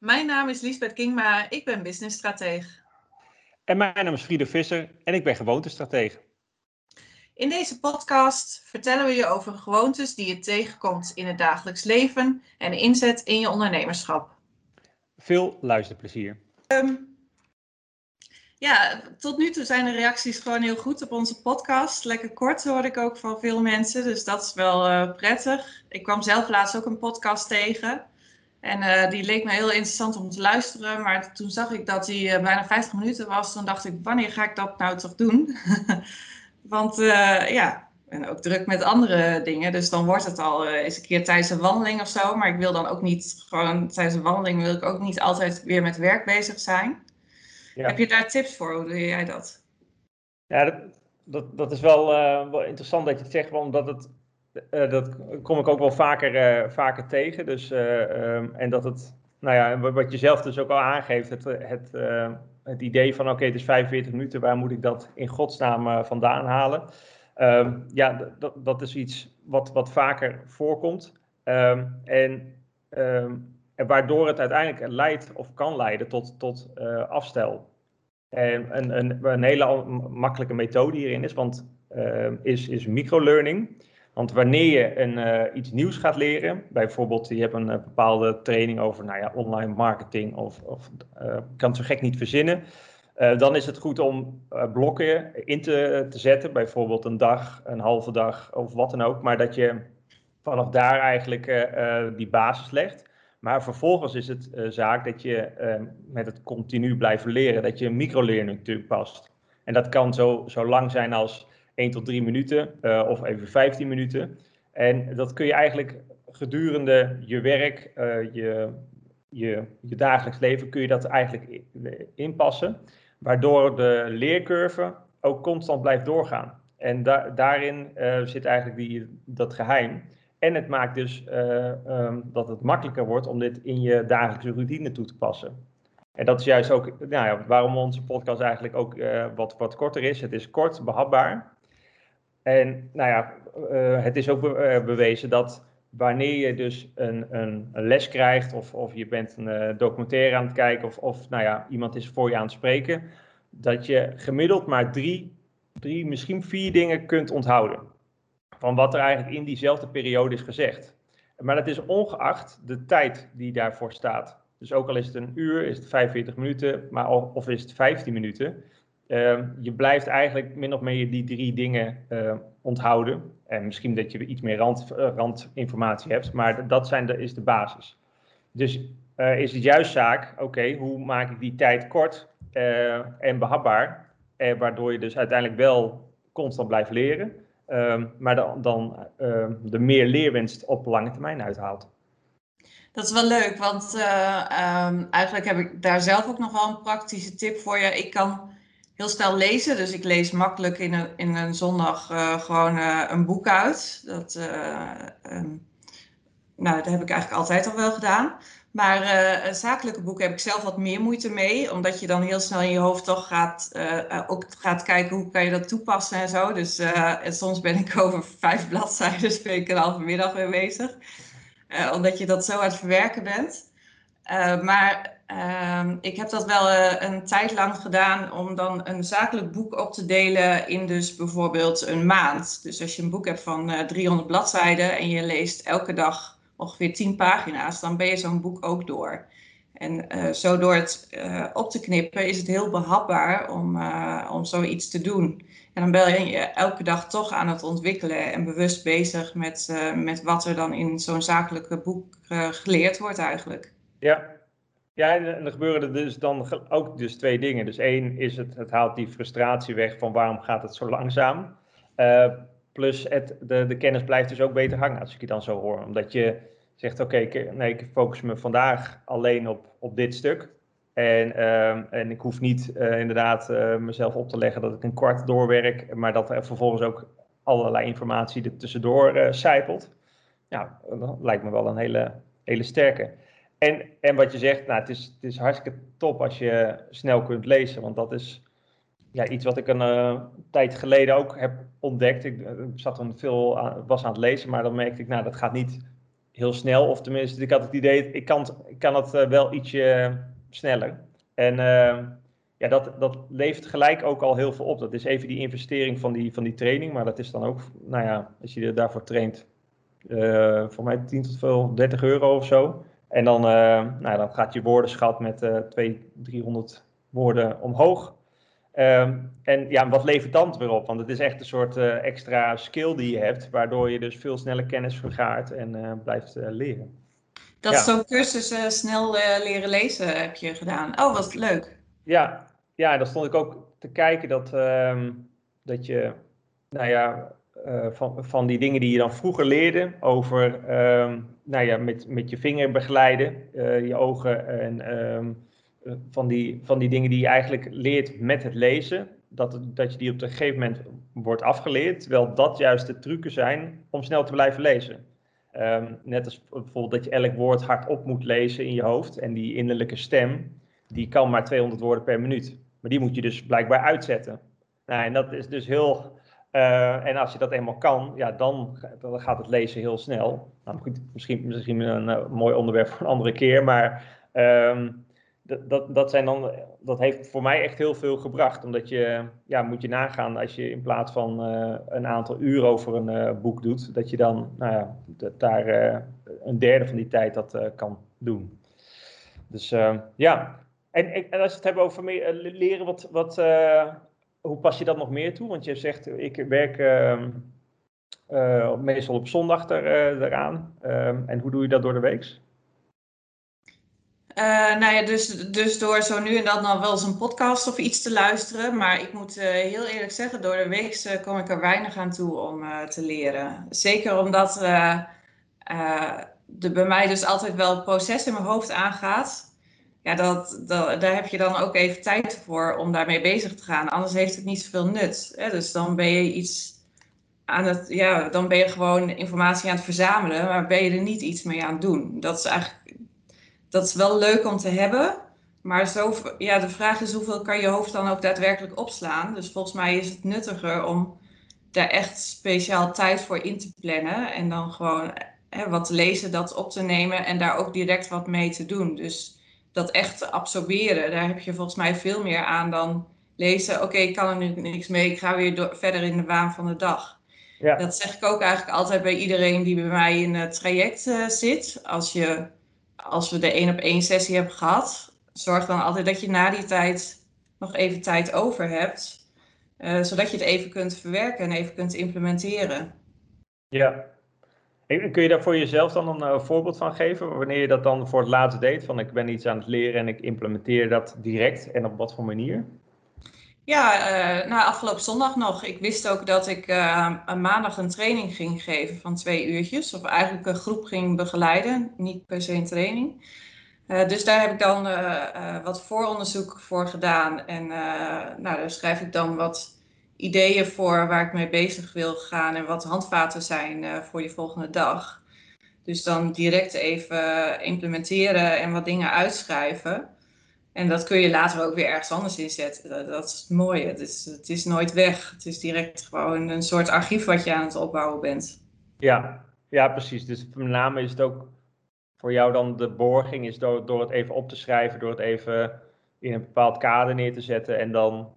Mijn naam is Liesbeth Kingma, ik ben businessstrateeg. En mijn naam is Friede Visser en ik ben gewoontestratege. In deze podcast vertellen we je over gewoontes die je tegenkomt in het dagelijks leven en inzet in je ondernemerschap. Veel luisterplezier. Tot nu toe zijn de reacties gewoon heel goed op onze podcast. Lekker kort hoor ik ook van veel mensen, dus dat is wel prettig. Ik kwam zelf laatst ook een podcast tegen. En die leek me heel interessant om te luisteren. Maar toen zag ik dat die bijna 50 minuten was. Toen dacht ik, wanneer ga ik dat nou toch doen? Want ik ben ook druk met andere dingen. Dus dan wordt het al eens een keer tijdens een wandeling of zo. Maar ik wil dan ook niet, gewoon tijdens een wandeling wil ik ook niet altijd weer met werk bezig zijn. Ja. Heb je daar tips voor? Hoe doe jij dat? Ja, dat is wel interessant dat je het zegt, omdat dat kom ik ook wel vaker tegen. Dus, en dat het, nou ja, wat je zelf dus ook al aangeeft, het idee van oké, het is 45 minuten, waar moet ik dat in godsnaam vandaan halen? Dat is iets wat vaker voorkomt. En waardoor het uiteindelijk leidt of kan leiden tot afstel. En een hele makkelijke methode hierin is microlearning. Want wanneer je iets nieuws gaat leren, bijvoorbeeld je hebt een bepaalde training over online marketing of kan het zo gek niet verzinnen, dan is het goed om blokken in te zetten, bijvoorbeeld een dag, een halve dag of wat dan ook, maar dat je vanaf daar eigenlijk die basis legt. Maar vervolgens is het zaak dat je met het continu blijven leren, dat je microlearning toepast. En dat kan zo lang zijn als 1 tot 3 minuten of even 15 minuten. En dat kun je eigenlijk gedurende je werk, je dagelijks leven, kun je dat eigenlijk inpassen. Waardoor de leercurve ook constant blijft doorgaan. En daarin zit eigenlijk dat geheim. En het maakt dus dat het makkelijker wordt om dit in je dagelijkse routine toe te passen. En dat is juist ook waarom onze podcast eigenlijk ook wat korter is. Het is kort, behapbaar. En het is ook bewezen dat wanneer je dus een les krijgt of je bent een documentaire aan het kijken of iemand is voor je aan het spreken, dat je gemiddeld maar drie, misschien 4 dingen kunt onthouden. Van wat er eigenlijk in diezelfde periode is gezegd. Maar dat is ongeacht de tijd die daarvoor staat. Dus ook al is het een uur, is het 45 minuten, of is het 15 minuten. Je blijft eigenlijk min of meer die 3 dingen onthouden. En misschien dat je iets meer randinformatie hebt, maar dat is de basis. Dus is het juist zaak, hoe maak ik die tijd kort en behapbaar, waardoor je dus uiteindelijk wel constant blijft leren. Maar dan de meer leerwinst op lange termijn uithaalt. Dat is wel leuk, want eigenlijk heb ik daar zelf ook nog wel een praktische tip voor je. Ik kan heel snel lezen, dus ik lees makkelijk in een zondag gewoon een boek uit. Dat heb ik eigenlijk altijd al wel gedaan. Maar zakelijke boeken heb ik zelf wat meer moeite mee. Omdat je dan heel snel in je hoofd toch gaat kijken hoe kan je dat toepassen en zo. Dus soms ben ik over 5 bladzijden ben ik een halve middag mee bezig. Omdat je dat zo aan het verwerken bent. Ik heb dat wel een tijd lang gedaan om dan een zakelijk boek op te delen in dus bijvoorbeeld een maand. Dus als je een boek hebt van 300 bladzijden en je leest elke dag ongeveer 10 pagina's, dan ben je zo'n boek ook door. En zo door het op te knippen is het heel behapbaar om zoiets te doen. En dan ben je elke dag toch aan het ontwikkelen en bewust bezig met wat er dan in zo'n zakelijke boek geleerd wordt eigenlijk. Ja, en er gebeuren er dus dan ook dus 2 dingen. Dus 1 is het haalt die frustratie weg van waarom gaat het zo langzaam. Plus de kennis blijft dus ook beter hangen als ik je dan zo hoor. Omdat je zegt ik focus me vandaag alleen op dit stuk. En ik hoef niet inderdaad mezelf op te leggen dat ik een kwart doorwerk. Maar dat er vervolgens ook allerlei informatie er tussendoor sijpelt. Ja, dat lijkt me wel een hele sterke. En wat je zegt, het is hartstikke top als je snel kunt lezen. Want dat is iets wat ik een tijd geleden ook heb ontdekt. Ik was aan het lezen, maar dan merkte ik, dat gaat niet heel snel. Of tenminste, ik had het idee, ik kan het wel ietsje sneller. En ja, dat levert gelijk ook al heel veel op. Dat is even die investering van die training. Maar dat is dan ook, nou ja, als je daarvoor traint, voor mij 10 tot veel, 30 euro of zo. En dan, nou, dan gaat je woordenschat met 200, 300 woorden omhoog. En ja, wat levert dan het weer op? Want het is echt een soort extra skill die je hebt, waardoor je dus veel sneller kennis vergaart en blijft leren. Dat is zo'n cursus snel leren lezen heb je gedaan. Oh, wat leuk. Ja, ja, dan stond ik ook te kijken dat je, nou ja, van die dingen die je dan vroeger leerde over, nou ja, met je vinger begeleiden, je ogen en van die dingen die je eigenlijk leert met het lezen, dat je die op een gegeven moment wordt afgeleerd, terwijl dat juist de trucken zijn om snel te blijven lezen. Net als bijvoorbeeld dat je elk woord hardop moet lezen in je hoofd en die innerlijke stem, die kan maar 200 woorden per minuut. Maar die moet je dus blijkbaar uitzetten. Nou, en dat is dus heel... en als je dat eenmaal kan, ja, dan gaat het lezen heel snel. Nou, goed, misschien een mooi onderwerp voor een andere keer, maar dat heeft voor mij echt heel veel gebracht. Omdat je, ja, moet je nagaan als je in plaats van een aantal uur over een boek doet, dat je dan, nou ja, daar een derde van die tijd dat kan doen. Dus ja, en als we het hebben over leren, hoe pas je dat nog meer toe? Want je zegt, ik werk meestal op zondag eraan. En hoe doe je dat door de week? Nou ja, dus door zo nu en dan nog wel eens een podcast of iets te luisteren. Maar ik moet heel eerlijk zeggen, door de week kom ik er weinig aan toe om te leren. Zeker omdat er bij mij dus altijd wel het proces in mijn hoofd aangaat. Ja, daar heb je dan ook even tijd voor om daarmee bezig te gaan. Anders heeft het niet zoveel nut. Hè? Dus dan ben je dan ben je gewoon informatie aan het verzamelen, maar ben je er niet iets mee aan het doen. Dat is wel leuk om te hebben, maar de vraag is hoeveel kan je hoofd dan ook daadwerkelijk opslaan. Dus volgens mij is het nuttiger om daar echt speciaal tijd voor in te plannen en dan gewoon wat te lezen, dat op te nemen en daar ook direct wat mee te doen. Dus dat echt te absorberen, daar heb je volgens mij veel meer aan dan lezen. Oké, ik kan er nu niks mee, ik ga weer verder in de waan van de dag. Ja. Dat zeg ik ook eigenlijk altijd bij iedereen die bij mij in het traject zit. Als we de 1-op-1 sessie hebben gehad, zorg dan altijd dat je na die tijd nog even tijd over hebt. Zodat je het even kunt verwerken en even kunt implementeren. Ja. En kun je daar voor jezelf dan een voorbeeld van geven? Wanneer je dat dan voor het laatst deed? Van ik ben iets aan het leren en ik implementeer dat direct. En op wat voor manier? Ja, afgelopen zondag nog. Ik wist ook dat ik een maandag een training ging geven van 2 uurtjes. Of eigenlijk een groep ging begeleiden, niet per se een training. Dus daar heb ik dan wat vooronderzoek voor gedaan. En daar schrijf ik dan wat ideeën voor waar ik mee bezig wil gaan. En wat handvaten zijn voor die volgende dag. Dus dan direct even implementeren en wat dingen uitschrijven. En dat kun je later ook weer ergens anders inzetten. Dat is het mooie. Het is nooit weg. Het is direct gewoon een soort archief wat je aan het opbouwen bent. Ja, ja, precies. Dus met name is het ook voor jou dan de borging, is door het even op te schrijven, door het even in een bepaald kader neer te zetten en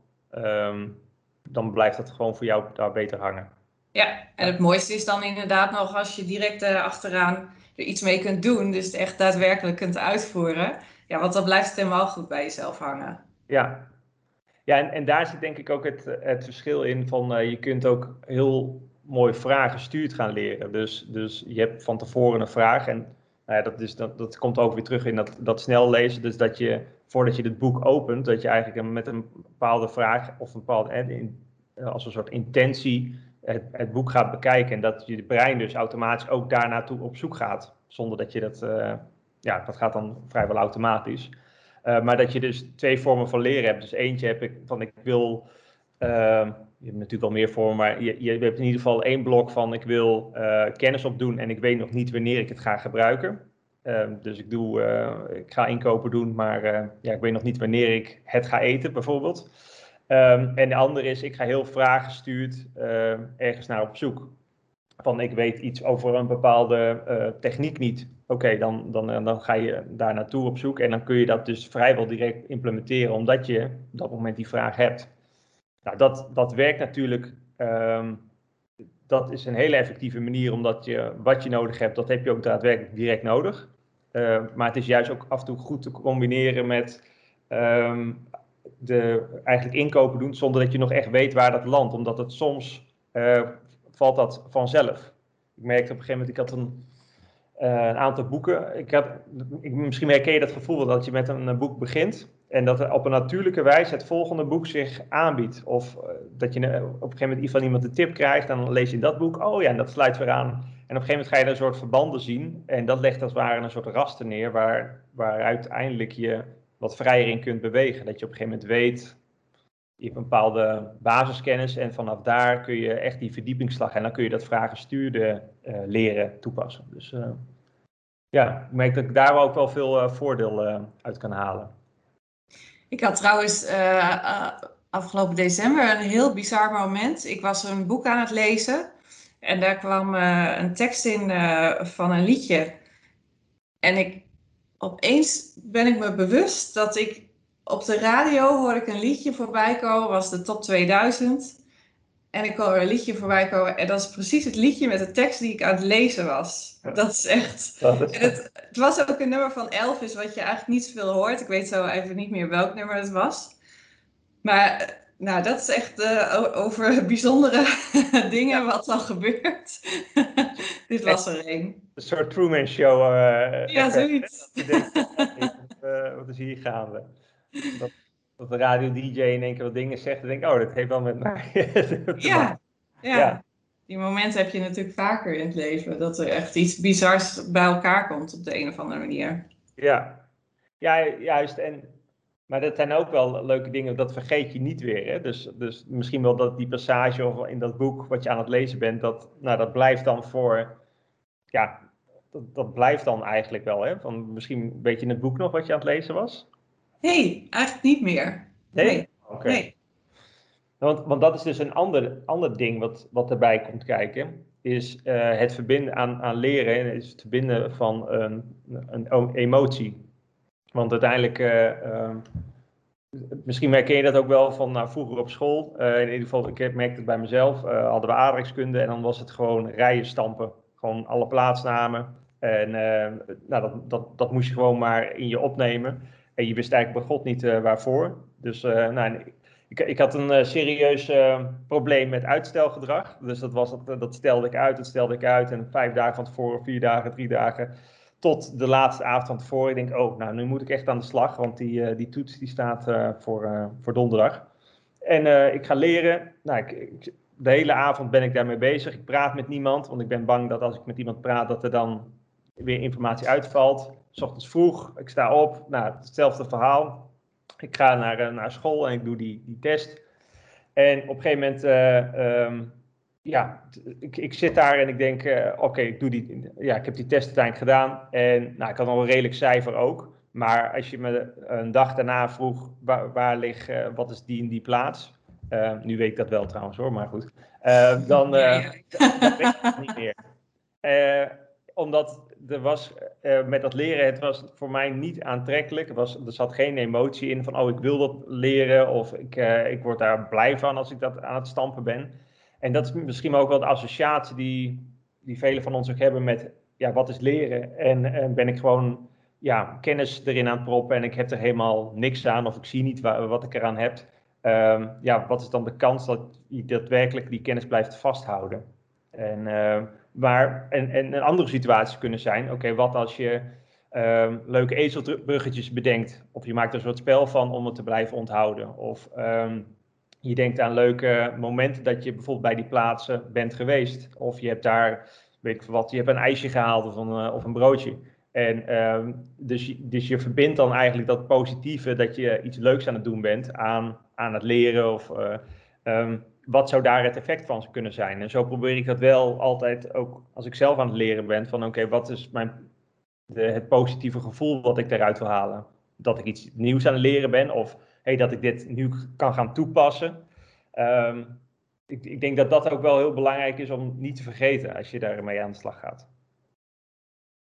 dan blijft dat gewoon voor jou daar beter hangen. Ja, en het mooiste is dan inderdaad nog als je direct achteraan er iets mee kunt doen. Dus het echt daadwerkelijk kunt uitvoeren. Ja, want dan blijft het helemaal goed bij jezelf hangen. Ja, ja, en daar zit denk ik ook het verschil in van je kunt ook heel mooi vragen gestuurd gaan leren. Dus je hebt van tevoren een vraag en nou ja, dat komt ook weer terug in dat snel lezen. Dus dat je, voordat je het boek opent, dat je eigenlijk met een bepaalde vraag of een bepaalde, als een soort intentie het boek gaat bekijken. En dat je brein dus automatisch ook daar naartoe op zoek gaat. Zonder dat je dat gaat dan vrijwel automatisch. Maar dat je dus 2 vormen van leren hebt. Dus eentje heb ik van ik wil, je hebt natuurlijk wel meer vormen, maar je hebt in ieder geval 1 blok van ik wil kennis opdoen en ik weet nog niet wanneer ik het ga gebruiken. Dus ik ga inkopen doen, maar ik weet nog niet wanneer ik het ga eten bijvoorbeeld. En de andere is, ik ga heel vraaggestuurd ergens naar op zoek. van ik weet iets over een bepaalde techniek niet. Oké, dan ga je daar naartoe op zoek en dan kun je dat dus vrijwel direct implementeren, omdat je op dat moment die vraag hebt. Nou, dat werkt natuurlijk, dat is een hele effectieve manier, omdat wat je nodig hebt, dat heb je ook daadwerkelijk direct nodig. Maar het is juist ook af en toe goed te combineren met eigenlijk inkopen doen, zonder dat je nog echt weet waar dat landt. Omdat het soms valt dat vanzelf. Ik merkte op een gegeven moment, ik had een aantal boeken. Misschien herken je dat gevoel dat je met een boek begint en dat er op een natuurlijke wijze het volgende boek zich aanbiedt. Of dat je op een gegeven moment van iemand een tip krijgt, dan lees je in dat boek, oh ja, en dat sluit weer aan. En op een gegeven moment ga je een soort verbanden zien en dat legt als het ware een soort raster neer waar uiteindelijk je wat vrijer in kunt bewegen. Dat je op een gegeven moment weet, je hebt een bepaalde basiskennis en vanaf daar kun je echt die verdiepingsslag en dan kun je dat vragenstuurde leren toepassen. Dus ja, ik merk dat ik daar ook wel veel voordeel uit kan halen. Ik had trouwens afgelopen december een heel bizar moment. Ik was een boek aan het lezen en daar kwam een tekst in van een liedje. En opeens ben ik me bewust dat ik op de radio hoorde ik een liedje voorbij komen, was de top 2000. En ik hoor een liedje voorbij komen en dat is precies het liedje met de tekst die ik aan het lezen was. Dat is echt... En het was ook een nummer van Elvis, wat je eigenlijk niet zoveel hoort. Ik weet zo even niet meer welk nummer het was. Maar nou, dat is echt over bijzondere dingen wat dan gebeurt. Dit was er een. Een soort Truman Show. Ja, zoiets. Je denkt, wat is hier gaande? Dat de radio-dj in één keer wat dingen zegt en denk ik, oh, dat heeft wel met mij te maken. Ja, die momenten heb je natuurlijk vaker in het leven. Dat er echt iets bizars bij elkaar komt op de een of andere manier. Ja, juist. Maar dat zijn ook wel leuke dingen, dat vergeet je niet weer. Hè? Dus misschien wel dat die passage of in dat boek wat je aan het lezen bent, dat blijft dan dat blijft dan eigenlijk wel. Hè? Van, misschien weet je in het boek nog wat je aan het lezen was? Nee, eigenlijk niet meer. Nee? Oké. Nee. Want dat is dus een ander ding wat erbij komt kijken, is het verbinden aan leren, is het verbinden van een emotie. Want uiteindelijk, misschien herken je dat ook wel van vroeger op school. In ieder geval, ik merkte het bij mezelf. Hadden we aardrijkskunde en dan was het gewoon rijen stampen. Gewoon alle plaatsnamen. En dat moest je gewoon maar in je opnemen. En je wist eigenlijk bij God niet waarvoor. Dus ik had een serieus probleem met uitstelgedrag. Dus dat stelde ik uit. En 5 dagen van tevoren, 4 dagen, 3 dagen... Tot de laatste avond van tevoren. Ik denk, oh, nou, nu moet ik echt aan de slag, want die toets die staat voor donderdag. En ik ga leren. Nou, de hele avond ben ik daarmee bezig. Ik praat met niemand, want ik ben bang dat als ik met iemand praat, dat er dan weer informatie uitvalt. 's Ochtends vroeg, ik sta op, nou, hetzelfde verhaal. Ik ga naar school en ik doe die test. En op een gegeven moment... ik zit daar en ik denk, oké, ik heb die test uiteindelijk gedaan. En nou, ik had nog een redelijk cijfer ook. Maar als je me een dag daarna vroeg, waar ligt, wat is die in die plaats? Nu weet ik dat wel trouwens hoor, maar goed. Dan weet ik het niet meer. Omdat er was, met dat leren, het was voor mij niet aantrekkelijk. Er zat geen emotie in van, oh, ik wil dat leren. Of ik word daar blij van als ik dat aan het stampen ben. En dat is misschien ook wel de associatie die velen van ons ook hebben met, ja, wat is leren? En ben ik gewoon kennis erin aan het proppen en ik heb er helemaal niks aan of ik zie niet wat ik eraan heb. Wat is dan de kans dat je daadwerkelijk die kennis blijft vasthouden? En een andere situatie kunnen zijn, oké, wat als je leuke ezelbruggetjes bedenkt, of je maakt er een soort spel van om het te blijven onthouden, of je denkt aan leuke momenten dat je bijvoorbeeld bij die plaatsen bent geweest, of je hebt daar, weet ik veel wat, je hebt een ijsje gehaald of een broodje. En dus je verbindt dan eigenlijk dat positieve, dat je iets leuks aan het doen bent, aan het leren of wat zou daar het effect van kunnen zijn. En zo probeer ik dat wel altijd, ook als ik zelf aan het leren ben, van oké, wat is het positieve gevoel wat ik eruit wil halen? Dat ik iets nieuws aan het leren ben of dat ik dit nu kan gaan toepassen. ik denk dat dat ook wel heel belangrijk is om niet te vergeten als je daarmee aan de slag gaat.